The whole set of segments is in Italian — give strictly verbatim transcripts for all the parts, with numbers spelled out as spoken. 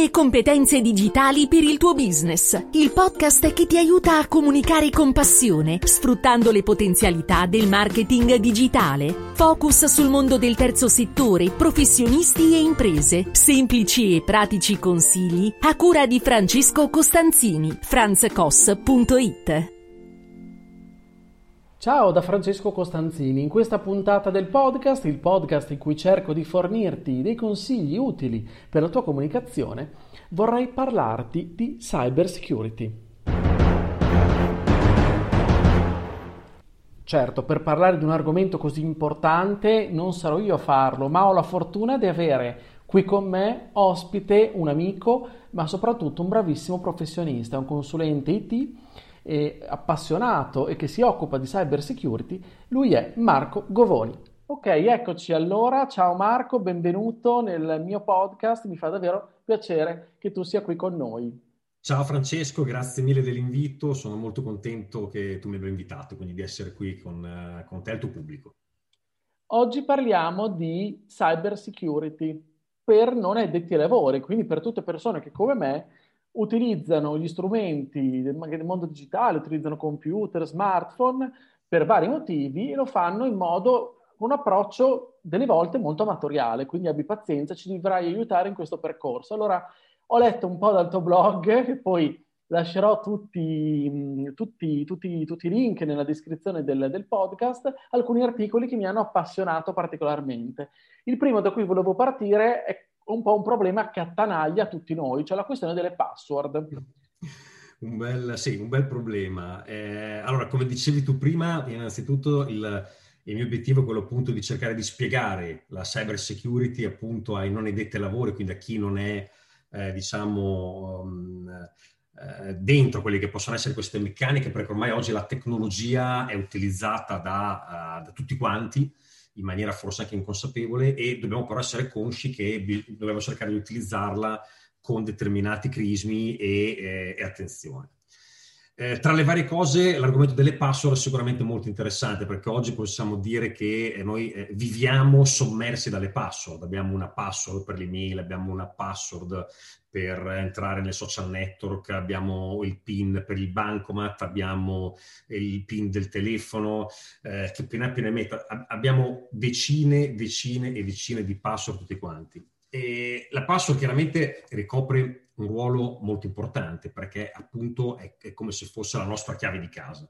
e competenze digitali per il tuo business. Il podcast che ti aiuta a comunicare con passione, sfruttando le potenzialità del marketing digitale. Focus sul mondo del terzo settore, professionisti e imprese. Semplici e pratici consigli a cura di Francesco Costanzini. franz cos punto it. Ciao da Francesco Costanzini. In questa puntata del podcast, il podcast in cui cerco di fornirti dei consigli utili per la tua comunicazione, vorrei parlarti di cyber security. Certo, per parlare di un argomento così importante non sarò io a farlo, ma ho la fortuna di avere qui con me ospite un amico, ma soprattutto un bravissimo professionista, un consulente I T e appassionato e che si occupa di cyber security. Lui è Marco Govoni. Ok, eccoci allora. Ciao Marco, benvenuto nel mio podcast. Mi fa davvero piacere che tu sia qui con noi. Ciao Francesco, grazie mille dell'invito. Sono molto contento che tu mi abbia invitato, quindi di essere qui con, con te e il tuo pubblico. Oggi parliamo di cyber security per non addetti ai lavori, quindi per tutte persone che come me utilizzano gli strumenti del mondo digitale, utilizzano computer, smartphone per vari motivi e lo fanno in modo, con un approccio delle volte molto amatoriale, quindi abbi pazienza, ci dovrai aiutare in questo percorso. Allora, ho letto un po' dal tuo blog, che poi lascerò tutti, tutti, tutti, tutti i link nella descrizione del, del podcast, alcuni articoli che mi hanno appassionato particolarmente. Il primo da cui volevo partire è un po' un problema che attanaglia tutti noi, cioè la questione delle password. Un bel, sì, un bel problema. Eh, allora, come dicevi tu prima, innanzitutto il, il mio obiettivo è quello appunto di cercare di spiegare la cyber security appunto ai non addetti ai lavori, quindi a chi non è, eh, diciamo, um, eh, dentro quelle che possono essere queste meccaniche, perché ormai oggi la tecnologia è utilizzata da, uh, da tutti quanti, in maniera forse anche inconsapevole, e dobbiamo però essere consci che dobbiamo cercare di utilizzarla con determinati crismi e, eh, e attenzione. Eh, tra le varie cose, l'argomento delle password è sicuramente molto interessante, perché oggi possiamo dire che noi eh, viviamo sommersi dalle password. Abbiamo una password per l'email, abbiamo una password per entrare nel social network, abbiamo il PIN per il bancomat, abbiamo il PIN del telefono, eh, che più ne ha più ne metta. Abbiamo decine, decine e decine di password tutti quanti. E la password chiaramente ricopre un ruolo molto importante, perché appunto è, è come se fosse la nostra chiave di casa.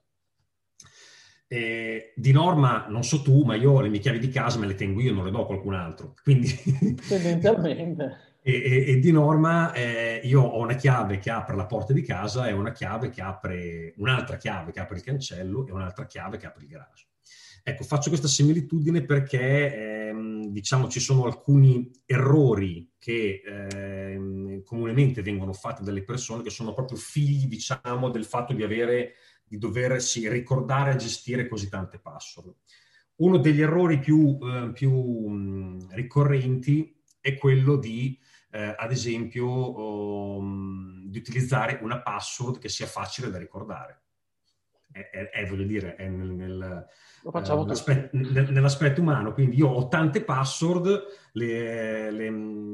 E di norma, non so tu, ma io le mie chiavi di casa me le tengo io, non le do a qualcun altro. Quindi tendenzialmente. E, e, e di norma eh, io ho una chiave che apre la porta di casa e una chiave che apre, un'altra chiave che apre il cancello e un'altra chiave che apre il garage. Ecco, faccio questa similitudine perché ehm, diciamo ci sono alcuni errori che ehm, comunemente vengono fatti dalle persone che sono proprio figli, diciamo, del fatto di avere, di doversi ricordare e gestire così tante password. Uno degli errori più, eh, più mh, ricorrenti è quello di Eh, ad esempio, um, di utilizzare una password che sia facile da ricordare. È, è, è voglio dire, è nel, nel, Lo facciamo uh, nell'aspetto, nel, nell'aspetto umano. Quindi io ho tante password, le, le,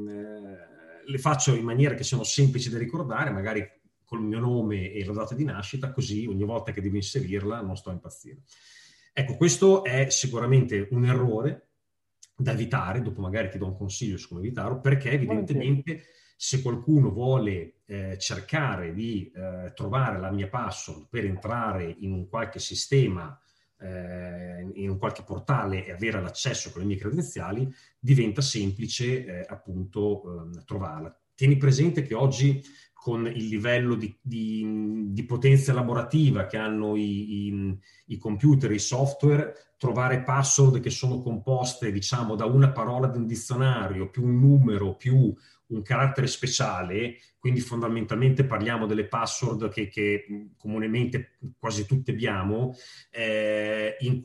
le faccio in maniera che siano semplici da ricordare, magari col mio nome e la data di nascita, così ogni volta che devo inserirla non sto a impazzire. Ecco, questo è sicuramente un errore da evitare. Dopo magari ti do un consiglio su come evitarlo, perché evidentemente se qualcuno vuole eh, cercare di eh, trovare la mia password per entrare in un qualche sistema, eh, in un qualche portale e avere l'accesso con le mie credenziali, diventa semplice eh, appunto eh, trovarla. Tieni presente che oggi, con il livello di, di, di potenza elaborativa che hanno i, i, i computer, i software, trovare password che sono composte, diciamo, da una parola di un dizionario, più un numero, più un carattere speciale, quindi fondamentalmente parliamo delle password che, che comunemente quasi tutte abbiamo, eh, in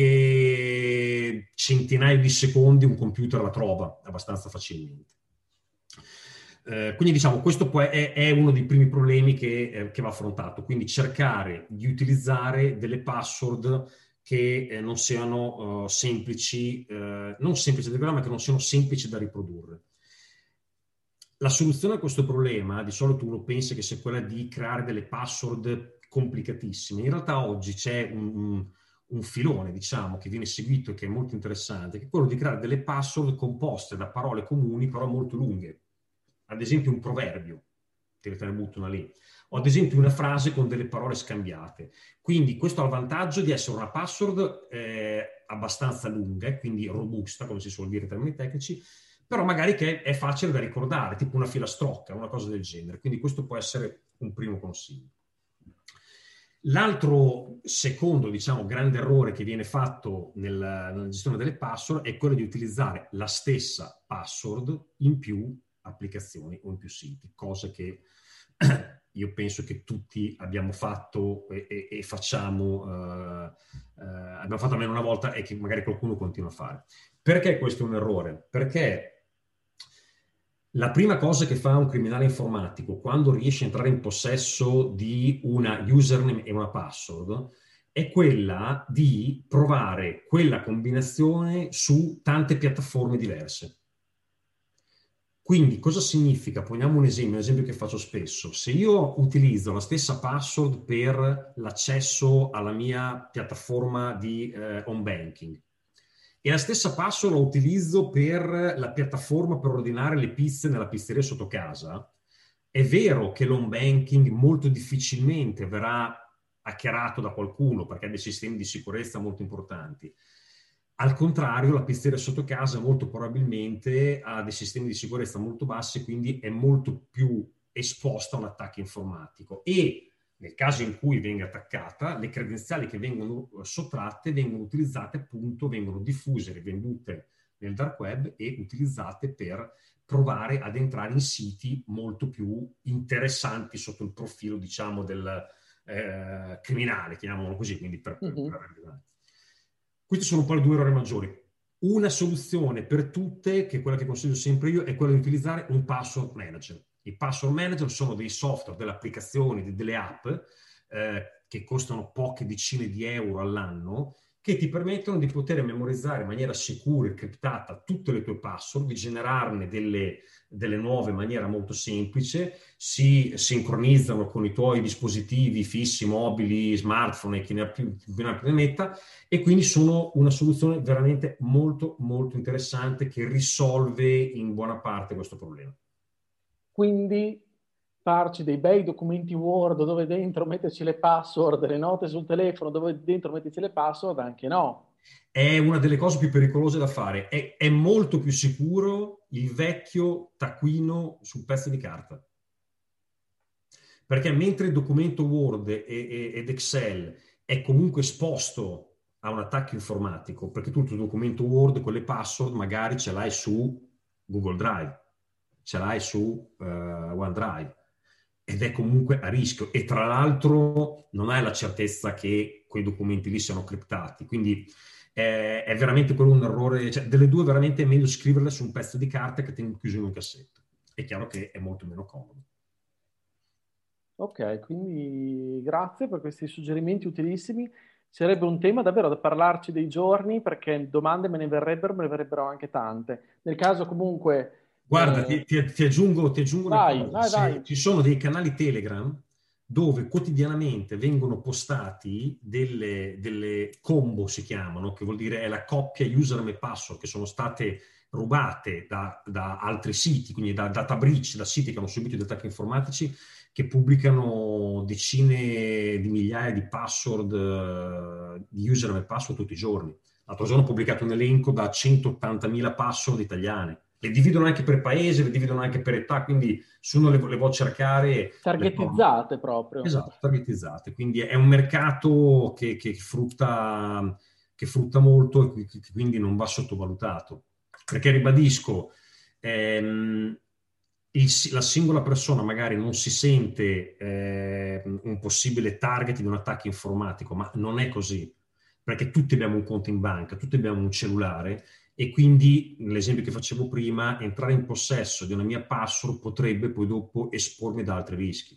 qualche centinaio di secondi un computer la trova abbastanza facilmente. Eh, quindi diciamo questo poi è, è uno dei primi problemi che, eh, che va affrontato, quindi cercare di utilizzare delle password che eh, non siano uh, semplici, eh, non semplici da ricordare, ma che non siano semplici da riprodurre. la soluzione a questo problema, di solito uno pensa che sia quella di creare delle password complicatissime. In realtà oggi c'è un, un, un filone, diciamo, che viene seguito e che è molto interessante, che è quello di creare delle password composte da parole comuni, però molto lunghe. Ad esempio un proverbio, te ne butto una lì. O ad esempio una frase con delle parole scambiate. Quindi questo ha il vantaggio di essere una password eh, abbastanza lunga, quindi robusta, come si suol dire in termini tecnici, però magari che è facile da ricordare, tipo una filastrocca, una cosa del genere. Quindi questo può essere un primo consiglio. L'altro secondo, diciamo, grande errore che viene fatto nella, nella gestione delle password è quello di utilizzare la stessa password in più applicazioni o in più siti, cosa che io penso che tutti abbiamo fatto e, e, e facciamo, eh, eh, abbiamo fatto almeno una volta e che magari qualcuno continua a fare. Perché questo è un errore? Perché la prima cosa che fa un criminale informatico quando riesce a entrare in possesso di una username e una password è quella di provare quella combinazione su tante piattaforme diverse. Quindi cosa significa? Poniamo un esempio, un esempio che faccio spesso. Se io utilizzo la stessa password per l'accesso alla mia piattaforma di eh, home banking e la stessa password la utilizzo per la piattaforma per ordinare le pizze nella pizzeria sotto casa, è vero che l'home banking molto difficilmente verrà hackerato da qualcuno perché ha dei sistemi di sicurezza molto importanti. Al contrario, la pizzeria sotto casa molto probabilmente ha dei sistemi di sicurezza molto bassi, quindi è molto più esposta a un attacco informatico. E nel caso in cui venga attaccata, le credenziali che vengono sottratte vengono utilizzate appunto, vengono diffuse, rivendute nel dark web e utilizzate per provare ad entrare in siti molto più interessanti sotto il profilo, diciamo, del eh, criminale, chiamiamolo così, quindi per, per, mm-hmm. per Questi sono un po' le due errori maggiori. Una soluzione per tutte, che è quella che consiglio sempre io, è quella di utilizzare un password manager. I password manager sono dei software, delle applicazioni, delle app eh, che costano poche decine di euro all'anno, che ti permettono di poter memorizzare in maniera sicura e criptata tutte le tue password, di generarne delle, delle nuove in maniera molto semplice, si sincronizzano con i tuoi dispositivi fissi, mobili, smartphone e chi ne ha più, più ne metta, e quindi sono una soluzione veramente molto molto interessante che risolve in buona parte questo problema. Quindi farci dei bei documenti Word dove dentro metterci le password, le note sul telefono dove dentro metterci le password, anche no. È una delle cose più pericolose da fare. È, è molto più sicuro il vecchio taccuino sul pezzo di carta. Perché mentre il documento Word e, e, ed Excel è comunque esposto a un attacco informatico, perché tu il tuo documento Word con le password magari ce l'hai su Google Drive, ce l'hai su uh, OneDrive, ed è comunque a rischio. E tra l'altro non hai la certezza che quei documenti lì siano criptati. Quindi è, è veramente quello un errore. Cioè, delle due veramente è meglio scriverle su un pezzo di carta che tengo chiuso in un cassetto. È chiaro che è molto meno comodo. Ok, quindi grazie per questi suggerimenti utilissimi. Sarebbe un tema davvero da parlarci dei giorni, perché domande me ne verrebbero, me ne verrebbero anche tante. Nel caso comunque... Guarda, eh... ti, ti, ti aggiungo, ti aggiungo vai, una cosa. vai, Se vai. ci sono dei canali Telegram dove quotidianamente vengono postati delle, delle combo, si chiamano, che vuol dire è la coppia username e password che sono state rubate da, da altri siti, quindi da data breach, da siti che hanno subito degli attacchi informatici, che pubblicano decine di migliaia di password, di username e password tutti i giorni. L'altro giorno ho pubblicato un elenco da centottantamila password italiane. Le dividono anche per paese, le dividono anche per età, quindi se uno le, le vuole cercare... Targetizzate proprio. Esatto, targetizzate. Quindi è un mercato che, che, frutta, che frutta molto e che quindi non va sottovalutato. Perché ribadisco, ehm, il, la singola persona magari non si sente eh, un possibile target di un attacco informatico, ma non è così. Perché tutti abbiamo un conto in banca, tutti abbiamo un cellulare, e quindi, nell'esempio che facevo prima, entrare in possesso di una mia password potrebbe poi dopo espormi ad altri rischi.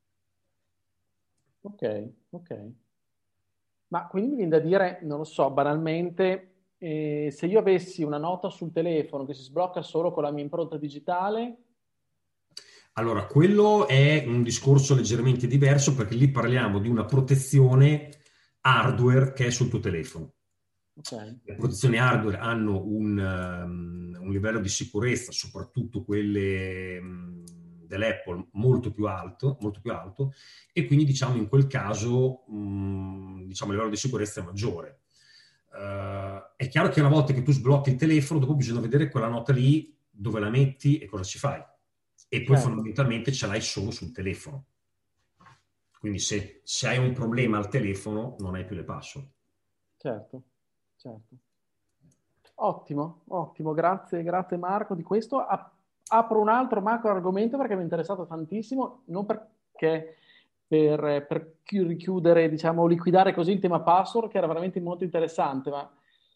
Ok, ok. Ma quindi mi viene da dire, non lo so, banalmente, eh, se io avessi una nota sul telefono che si sblocca solo con la mia impronta digitale, Allora, quello è un discorso leggermente diverso perché lì parliamo di una protezione hardware che è sul tuo telefono. Okay. Le protezioni hardware hanno un, um, un livello di sicurezza, soprattutto quelle um, dell'Apple, molto più alto, molto più alto, e quindi diciamo in quel caso um, diciamo, il livello di sicurezza è maggiore. Uh, è chiaro che una volta che tu sblocchi il telefono, dopo bisogna vedere quella nota lì dove la metti e cosa ci fai. E poi Certo. fondamentalmente ce l'hai solo sul telefono. Quindi se, se hai un problema al telefono non hai più le password. Certo, certo. Ottimo, ottimo, grazie, grazie Marco di questo. A- apro un altro macro argomento perché mi è interessato tantissimo, non perché per, per chi- richiudere, diciamo, liquidare così il tema password, che era veramente molto interessante, ma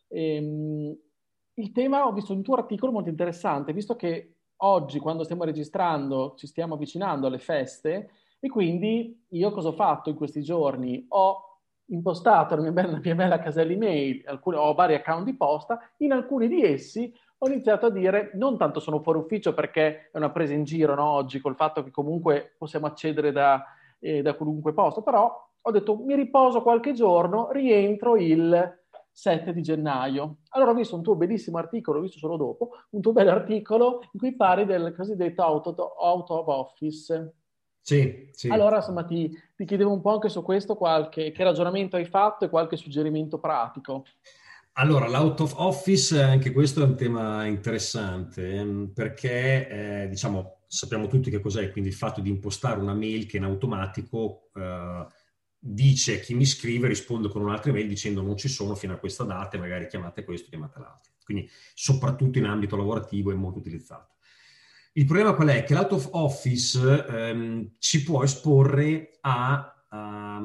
ehm, il tema, ho visto un tuo articolo molto interessante, visto che oggi, quando stiamo registrando, ci stiamo avvicinando alle feste, e quindi io cosa ho fatto in questi giorni? Ho impostato la mia bella, la mia bella casella email, alcune, ho vari account di posta, in alcuni di essi ho iniziato a dire, non tanto sono fuori ufficio perché è una presa in giro, no, oggi, col fatto che comunque possiamo accedere da, eh, da qualunque posto, però ho detto mi riposo qualche giorno, rientro il sette di gennaio. Allora ho visto un tuo bellissimo articolo, l'ho visto solo dopo, un tuo bell'articolo in cui parli del cosiddetto out of, out of office. Sì, sì. Allora, insomma, ti, ti chiedevo un po' anche su questo, qualche, che ragionamento hai fatto e qualche suggerimento pratico. Allora, l'out of office, anche questo è un tema interessante, ehm, perché, eh, diciamo, sappiamo tutti che cos'è, quindi il fatto di impostare una mail che in automatico eh, dice a chi mi scrive, rispondo con un'altra mail dicendo non ci sono fino a questa data, e magari chiamate questo, chiamate l'altro. Quindi, soprattutto in ambito lavorativo, è molto utilizzato. Il problema qual è? Che l'out of office ehm, ci può esporre a... a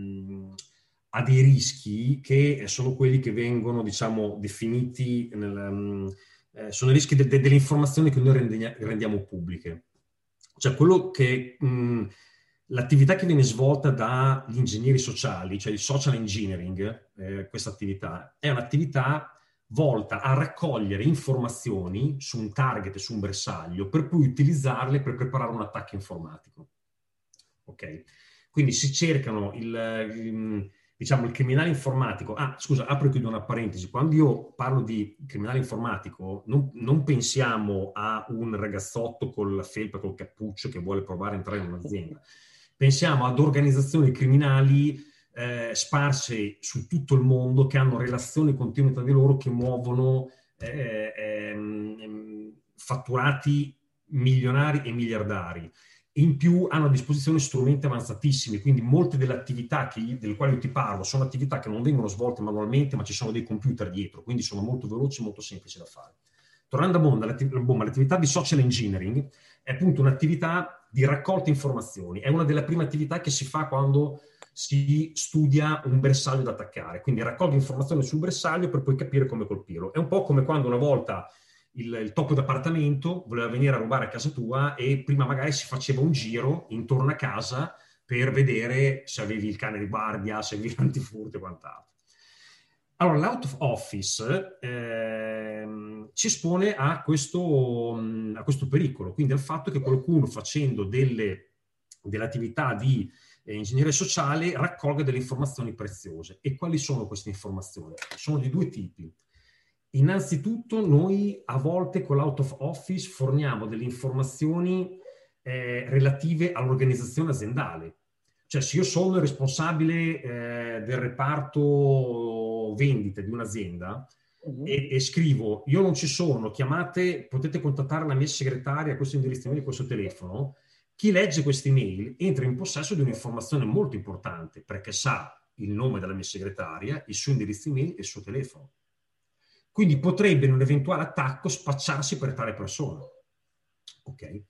ha dei rischi che sono quelli che vengono, diciamo, definiti, nel, um, eh, sono i rischi de- de- delle informazioni che noi rendia- rendiamo pubbliche. Cioè quello che, mh, l'attività che viene svolta dagli ingegneri sociali, cioè il social engineering, eh, questa attività, è un'attività volta a raccogliere informazioni su un target, su un bersaglio, per poi utilizzarle per preparare un attacco informatico. Ok? Quindi si cercano il, il diciamo, il criminale informatico. Ah, scusa, apro e chiudo una parentesi. Quando io parlo di criminale informatico, non, non pensiamo a un ragazzotto con la felpa, col cappuccio che vuole provare a entrare in un'azienda. Pensiamo ad organizzazioni criminali eh, sparse su tutto il mondo che hanno relazioni continue tra di loro, che muovono eh, ehm, fatturati milionari e miliardari. In più hanno a disposizione strumenti avanzatissimi, quindi molte delle attività che, delle quali io ti parlo sono attività che non vengono svolte manualmente, ma ci sono dei computer dietro, quindi sono molto veloci e molto semplici da fare. Tornando a bomba, l'attività di social engineering è appunto un'attività di raccolta informazioni, è una delle prime attività che si fa quando si studia un bersaglio da attaccare, quindi raccolgo informazioni sul bersaglio per poi capire come colpirlo. È un po' come quando una volta il, il topo d'appartamento voleva venire a rubare a casa tua e prima magari si faceva un giro intorno a casa per vedere se avevi il cane di guardia, se avevi l'antifurto e quant'altro. Allora, l'out of office ehm, ci espone a questo, a questo pericolo, quindi al fatto che qualcuno facendo delle, delle attività di eh, ingegneria sociale raccolga delle informazioni preziose. E quali sono queste informazioni? Sono di due tipi. Innanzitutto noi a volte con l'out of office forniamo delle informazioni eh, relative all'organizzazione aziendale. Cioè se io sono il responsabile eh, del reparto vendite di un'azienda uh-huh. e, e scrivo io non ci sono, chiamate, potete contattare la mia segretaria a questo indirizzo email, a questo telefono, chi legge queste email entra in possesso di un'informazione molto importante perché sa il nome della mia segretaria, il suo indirizzo email e il suo telefono. Quindi potrebbe in un eventuale attacco spacciarsi per tale persona. Ok?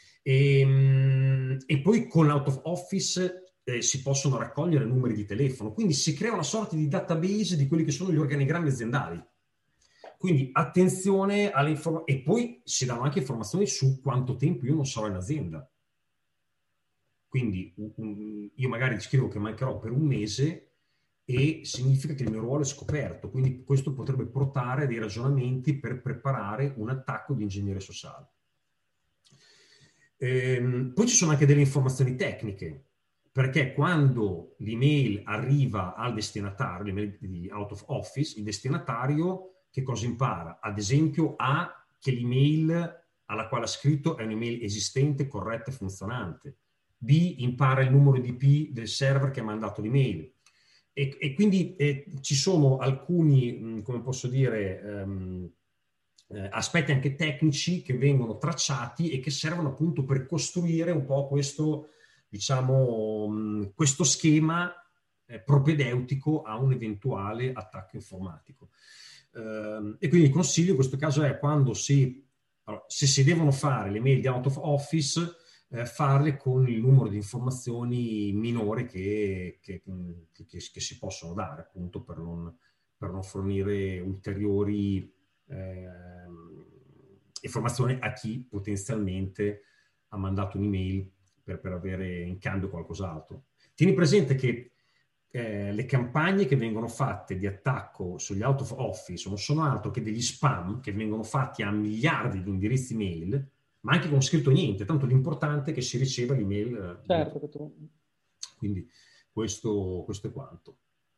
E, e poi con l'out of office eh, si possono raccogliere numeri di telefono. Quindi si crea una sorta di database di quelli che sono gli organigrammi aziendali. Quindi attenzione alle informazioni. E poi si danno anche informazioni su quanto tempo io non sarò in azienda. Quindi um, io magari scrivo che mancherò per un mese e significa che il mio ruolo è scoperto, quindi questo potrebbe portare a dei ragionamenti per preparare un attacco di ingegneria sociale. Ehm, poi ci sono anche delle informazioni tecniche, perché quando l'email arriva al destinatario, l'email di out of office, il destinatario che cosa impara? Ad esempio, A, che l'email alla quale ha scritto è un'email esistente, corretta e funzionante. B, impara il numero di I P del server che ha mandato l'email. E, e quindi eh, ci sono alcuni, mh, come posso dire, ehm, eh, aspetti anche tecnici che vengono tracciati e che servono appunto per costruire un po' questo, diciamo, mh, questo schema eh, propedeutico a un eventuale attacco informatico. Uh, e quindi il consiglio in questo caso è quando si, allora, se si devono fare le mail di out of office, eh, farle con il numero di informazioni minore che, che, che, che si possono dare, appunto per non, per non fornire ulteriori eh, informazioni a chi potenzialmente ha mandato un'email per, per avere in cambio qualcos'altro. Tieni presente che Eh, le campagne che vengono fatte di attacco sugli out of office non sono altro che degli spam che vengono fatti a miliardi di indirizzi mail, ma anche con scritto niente, tanto l'importante è che si riceva l'email. Certo, che tu... Quindi questo, questo è quanto.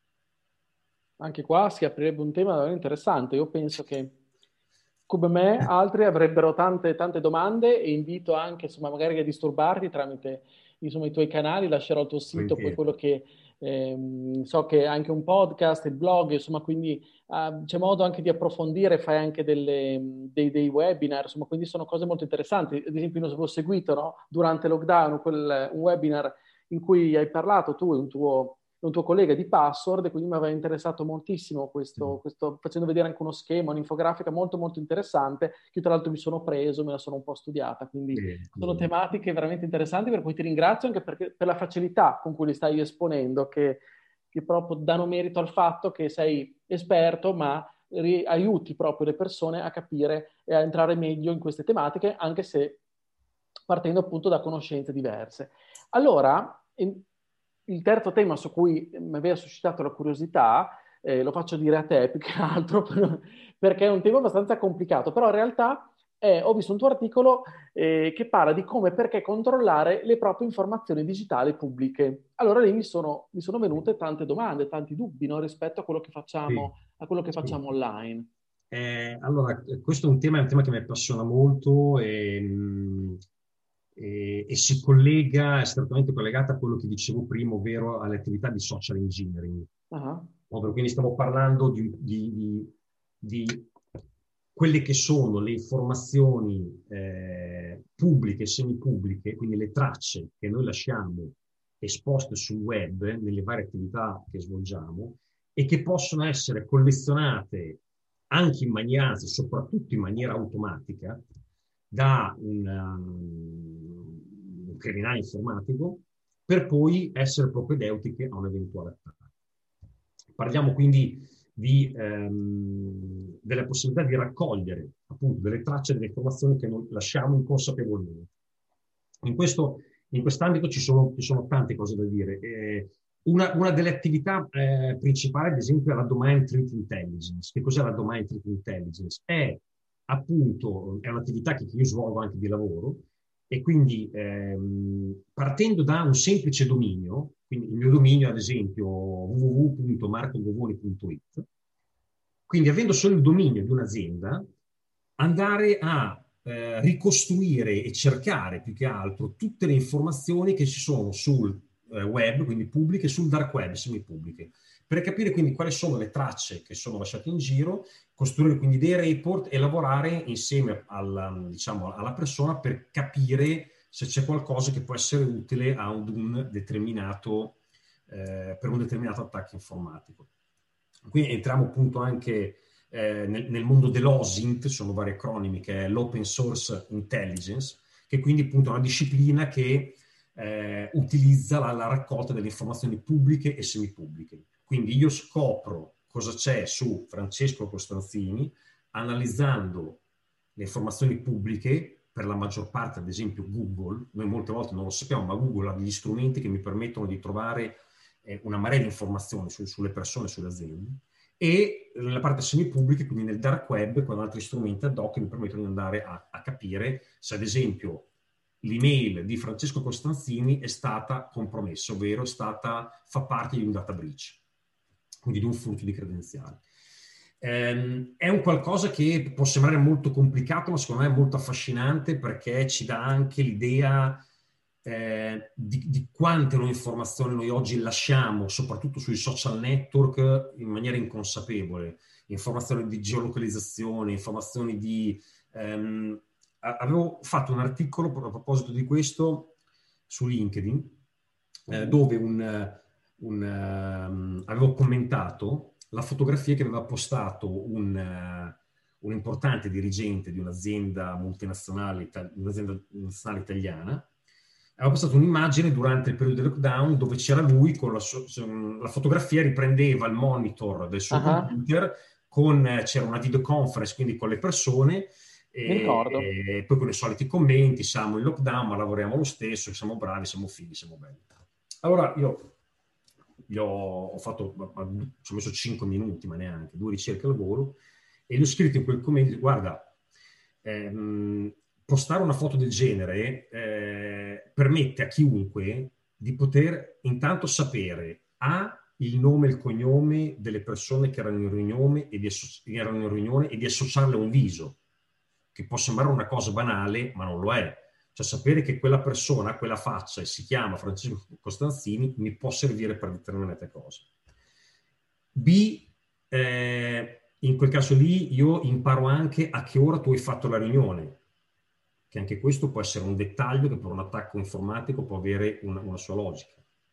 Anche qua si aprirebbe un tema davvero interessante. Io penso che, come me, altri avrebbero tante, tante domande e invito anche, insomma, magari a disturbarti tramite, insomma, i tuoi canali, lascerò il tuo sito, poi quello che ehm, so che è anche un podcast, il blog, insomma, quindi uh, c'è modo anche di approfondire, fai anche delle, dei, dei webinar, insomma, quindi sono cose molto interessanti. Ad esempio, io avevo seguito, no, durante il lockdown quel, un webinar in cui hai parlato tu e un tuo un tuo collega di Password, e quindi mi aveva interessato moltissimo questo, questo, facendo vedere anche uno schema, un'infografica molto molto interessante, che io tra l'altro mi sono preso, me la sono un po' studiata, quindi sì, sono sì. tematiche veramente interessanti, per cui ti ringrazio anche perché, per la facilità con cui li stai esponendo, che, che proprio danno merito al fatto che sei esperto, ma ri- aiuti proprio le persone a capire e a entrare meglio in queste tematiche, anche se partendo appunto da conoscenze diverse. Allora, in, il terzo tema su cui mi aveva suscitato la curiosità, eh, lo faccio dire a te più che altro, perché è un tema abbastanza complicato, però in realtà eh, ho visto un tuo articolo eh, che parla di come e perché controllare le proprie informazioni digitali pubbliche. Allora lì mi sono, mi sono venute tante domande, tanti dubbi, no, rispetto a quello che facciamo, sì. a quello che sì. facciamo online. Eh, allora, questo è un tema, è un tema che mi appassiona molto e... Mh... E, e si collega, è strettamente collegata a quello che dicevo prima, ovvero alle attività di social engineering. Uh-huh. Ovvero, quindi stiamo parlando di, di, di, di quelle che sono le informazioni eh, pubbliche e semipubbliche, quindi le tracce che noi lasciamo esposte sul web nelle varie attività che svolgiamo e che possono essere collezionate anche in maniera, anzi soprattutto in maniera automatica, da un, um, un criminale informatico per poi essere propedeutiche a un eventuale attacco. Parliamo quindi di, um, della possibilità di raccogliere appunto delle tracce, delle informazioni che non lasciamo inconsapevolmente. In questo, in quest'ambito ci sono, ci sono tante cose da dire. Eh, una, una delle attività eh, principali, ad esempio, è la Domain Threat Intelligence. Che cos'è la Domain Threat Intelligence? È appunto, è un'attività che io svolgo anche di lavoro e quindi ehm, partendo da un semplice dominio, quindi il mio dominio ad esempio w w w punto marco govoni punto i t, quindi avendo solo il dominio di un'azienda, andare a eh, ricostruire e cercare più che altro tutte le informazioni che ci sono sul eh, web, quindi pubbliche, sul dark web, semipubbliche, per capire quindi quali sono le tracce che sono lasciate in giro, costruire quindi dei report e lavorare insieme alla, diciamo, alla persona per capire se c'è qualcosa che può essere utile a un determinato, eh, per un determinato attacco informatico. Qui entriamo appunto anche eh, nel, nel mondo dell'O S I N T, sono vari acronimi, che è l'Open Source Intelligence, che quindi appunto è una disciplina che eh, utilizza la, la raccolta delle informazioni pubbliche e semipubbliche. Quindi io scopro cosa c'è su Francesco Costantini analizzando le informazioni pubbliche, per la maggior parte ad esempio Google, noi molte volte non lo sappiamo, ma Google ha degli strumenti che mi permettono di trovare eh, una marea di informazioni su, sulle persone, sulle aziende, e nella parte semipubbliche, quindi nel dark web, con altri strumenti ad hoc che mi permettono di andare a, a capire se ad esempio l'email di Francesco Costanzini è stata compromessa, ovvero è stata, fa parte di un data breach, quindi di un furto di credenziali. Ehm, è un qualcosa che può sembrare molto complicato, ma secondo me è molto affascinante, perché ci dà anche l'idea eh, di, di quante noi informazioni noi oggi lasciamo, soprattutto sui social network, in maniera inconsapevole. Informazioni di geolocalizzazione, informazioni di... Ehm, avevo fatto un articolo a proposito di questo su LinkedIn, eh, dove un, un, um, avevo commentato la fotografia che aveva postato un, uh, un importante dirigente di un'azienda multinazionale, un'azienda nazionale italiana. Aveva postato un'immagine durante il periodo del lockdown dove c'era lui con la, so- la fotografia riprendeva il monitor del suo Ah, computer, con, c'era una videoconference quindi con le persone, mi ricordo. e, e poi con i soliti commenti: siamo in lockdown ma lavoriamo lo stesso, siamo bravi, siamo fighi, siamo belli. Allora io gli ho, ho fatto, ci ho messo cinque minuti, ma neanche, due ricerche al volo, e gli ho scritto in quel commento: guarda, ehm, postare una foto del genere eh, permette a chiunque di poter intanto sapere a il nome e il cognome delle persone che erano in riunione e di, asso- erano in riunione e di associarle a un viso, che può sembrare una cosa banale, ma non lo è. Cioè sapere che quella persona, quella faccia, e si chiama Francesco Costanzini, mi può servire per determinate cose. B, eh, in quel caso lì io imparo anche a che ora tu hai fatto la riunione, che anche questo può essere un dettaglio che per un attacco informatico può avere una, una sua logica.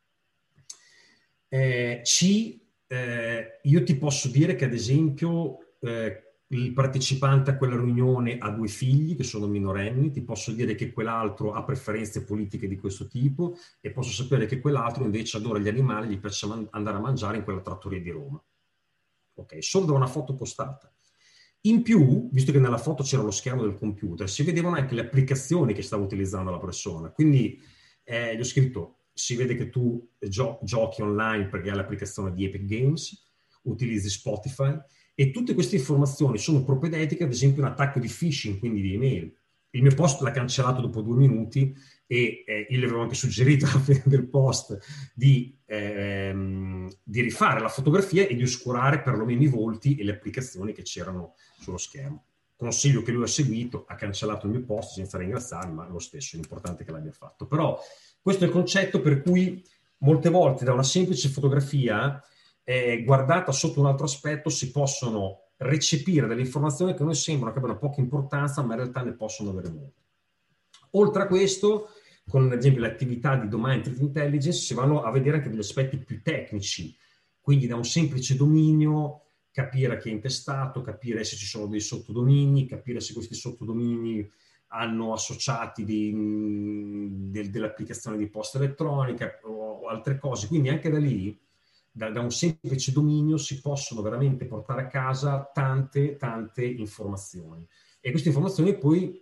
Eh, C, eh, io ti posso dire che ad esempio eh, il partecipante a quella riunione ha due figli che sono minorenni, ti posso dire che quell'altro ha preferenze politiche di questo tipo, e posso sapere che quell'altro invece adora gli animali, gli piace man- andare a mangiare in quella trattoria di Roma. Ok, solo da una foto postata. In più, visto che nella foto c'era lo schermo del computer, si vedevano anche le applicazioni che stava utilizzando la persona. Quindi eh, gli ho scritto: si vede che tu gio- giochi online perché hai l'applicazione di Epic Games, utilizzi Spotify, e tutte queste informazioni sono propedeutiche, ad esempio, un attacco di phishing, quindi di email. Il mio post l'ha cancellato dopo due minuti, e eh, io le avevo anche suggerito alla fine del post di, ehm, di rifare la fotografia e di oscurare perlomeno i volti e le applicazioni che c'erano sullo schermo. Consiglio che lui ha seguito, ha cancellato il mio post senza ringraziarmi, ma lo stesso, l'importante è che l'abbia fatto. Però questo è il concetto per cui molte volte da una semplice fotografia eh, guardata sotto un altro aspetto si possono recepire delle informazioni che a noi sembrano che abbiano poca importanza, ma in realtà ne possono avere molto. Oltre a questo, con ad esempio le attività di domain threat intelligence, si vanno a vedere anche degli aspetti più tecnici, quindi da un semplice dominio capire chi è intestato, capire se ci sono dei sottodomini, capire se questi sottodomini hanno associati di, de, dell'applicazione di posta elettronica o altre cose. Quindi anche da lì, da, da un semplice dominio, si possono veramente portare a casa tante, tante informazioni. E queste informazioni poi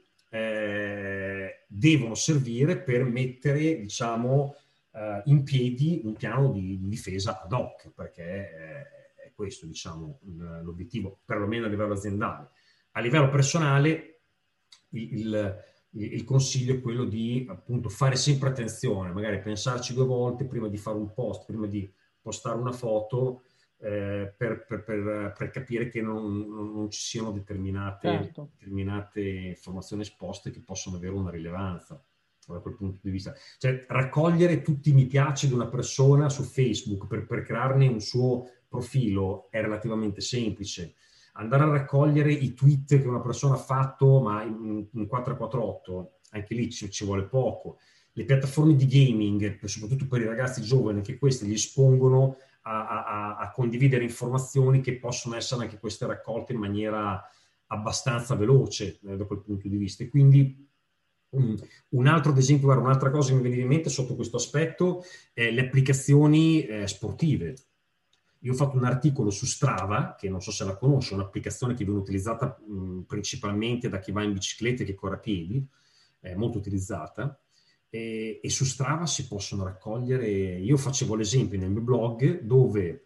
eh, devono servire per mettere, diciamo, eh, in piedi un piano di, di difesa ad hoc, perché eh, è questo, diciamo, l'obiettivo, perlomeno a livello aziendale. A livello personale, il, il, il consiglio è quello di, appunto, fare sempre attenzione, magari pensarci due volte prima di fare un post, prima di postare una foto, eh, per, per, per, per capire che non, non, non ci siano determinate, certo. determinate informazioni esposte che possono avere una rilevanza da quel punto di vista. Cioè, raccogliere tutti i mi piace di una persona su Facebook per, per crearne un suo profilo è relativamente semplice. Andare a raccogliere i tweet che una persona ha fatto, ma in, in quattrocentoquarantotto, anche lì ci, ci vuole poco. Le piattaforme di gaming, soprattutto per i ragazzi giovani, che queste gli espongono a, a, a condividere informazioni che possono essere anche queste raccolte in maniera abbastanza veloce eh, da quel punto di vista. E quindi um, un altro, ad esempio, guarda, un'altra cosa che mi viene in mente sotto questo aspetto è le applicazioni eh, sportive. Io ho fatto un articolo su Strava, che non so se la conosci, è un'applicazione che viene utilizzata mh, principalmente da chi va in bicicletta e che corre a piedi, è molto utilizzata, e, e su Strava si possono raccogliere, io facevo l'esempio nel mio blog dove,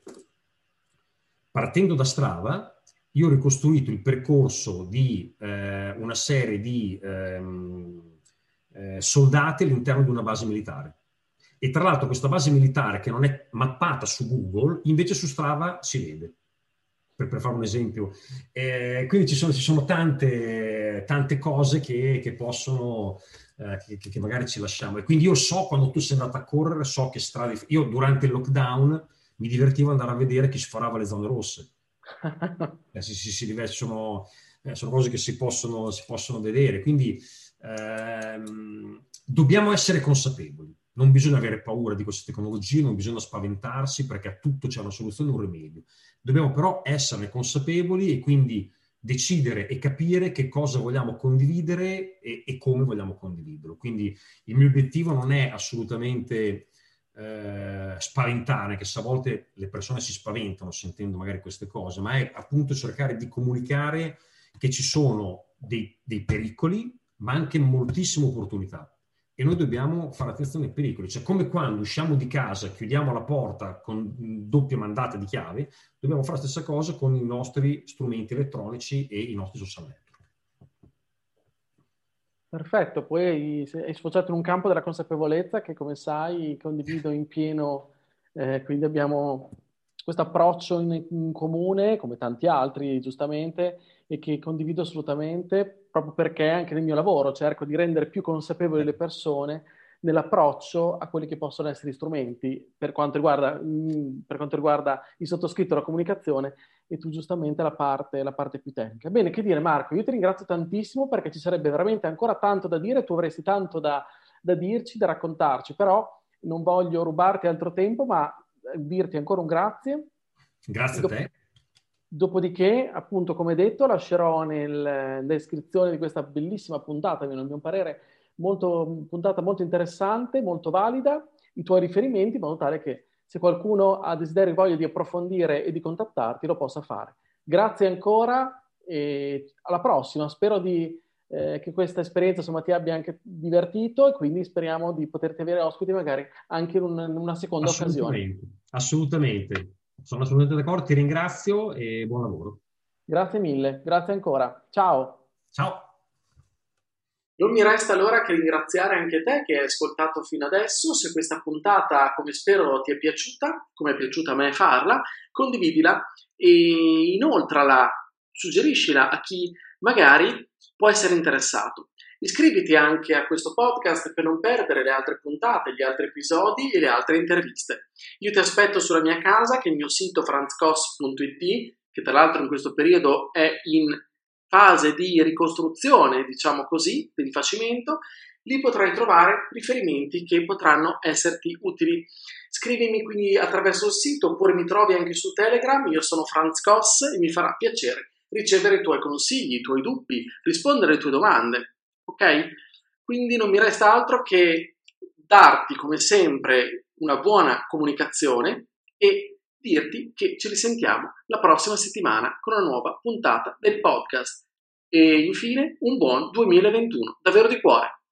partendo da Strava, io ho ricostruito il percorso di eh, una serie di, ehm, eh, soldati all'interno di una base militare. E tra l'altro questa base militare, che non è mappata su Google, invece su Strava si vede, per, per fare un esempio. Eh, quindi ci sono, ci sono tante, tante cose che, che possono, eh, che, che magari ci lasciamo. E quindi io so, quando tu sei andato a correre, so che strade... Io durante il lockdown mi divertivo ad andare a vedere chi sforava le zone rosse. Eh, si, si, si, sono, eh, sono cose che si possono, si possono vedere. Quindi ehm, dobbiamo essere consapevoli. Non bisogna avere paura di queste tecnologie, non bisogna spaventarsi, perché a tutto c'è una soluzione, un rimedio. Dobbiamo però esserne consapevoli e quindi decidere e capire che cosa vogliamo condividere e, e come vogliamo condividerlo. Quindi il mio obiettivo non è assolutamente eh, spaventare, anche se a volte le persone si spaventano sentendo magari queste cose, ma è appunto cercare di comunicare che ci sono dei, dei pericoli, ma anche moltissime opportunità. E noi dobbiamo fare attenzione ai pericoli. Cioè, come quando usciamo di casa, chiudiamo la porta con doppie mandate di chiave, dobbiamo fare la stessa cosa con i nostri strumenti elettronici e i nostri social network. Perfetto, poi hai sfociato in un campo della consapevolezza che, come sai, condivido in pieno, eh, quindi abbiamo questo approccio in, in comune, come tanti altri, giustamente, e che condivido assolutamente, proprio perché anche nel mio lavoro cerco di rendere più consapevoli le persone nell'approccio a quelli che possono essere strumenti per quanto riguarda, mh, per quanto riguarda il sottoscritto, la comunicazione, e tu giustamente la parte, la parte più tecnica. Bene, che dire Marco, io ti ringrazio tantissimo perché ci sarebbe veramente ancora tanto da dire, tu avresti tanto da, da dirci, da raccontarci, però non voglio rubarti altro tempo, ma dirti ancora un grazie. Grazie a te. Dopodiché, appunto, come detto, lascerò nel, nella descrizione di questa bellissima puntata, a mio parere, molto, puntata molto interessante, molto valida, i tuoi riferimenti, in modo tale che se qualcuno ha desiderio e voglia di approfondire e di contattarti, lo possa fare. Grazie ancora e alla prossima. Spero di, eh, che questa esperienza insomma, ti abbia anche divertito e quindi speriamo di poterti avere ospiti magari anche in, un, in una seconda assolutamente, occasione. Assolutamente. Sono assolutamente d'accordo, ti ringrazio e buon lavoro. Grazie mille, grazie ancora. Ciao. Ciao. Non mi resta allora che ringraziare anche te che hai ascoltato fino adesso. Se questa puntata, come spero, ti è piaciuta, come è piaciuta a me farla, condividila e inoltrala, suggeriscila a chi magari può essere interessato. Iscriviti anche a questo podcast per non perdere le altre puntate, gli altri episodi e le altre interviste. Io ti aspetto sulla mia casa, che è il mio sito franz koss punto it, che tra l'altro in questo periodo è in fase di ricostruzione, diciamo così, di rifacimento. Lì potrai trovare riferimenti che potranno esserti utili. Scrivimi quindi attraverso il sito oppure mi trovi anche su Telegram, io sono Franz Koss e mi farà piacere ricevere i tuoi consigli, i tuoi dubbi, rispondere alle tue domande, ok? Quindi non mi resta altro che darti come sempre una buona comunicazione e dirti che ci risentiamo la prossima settimana con una nuova puntata del podcast. E infine un buon duemilaventuno, davvero di cuore.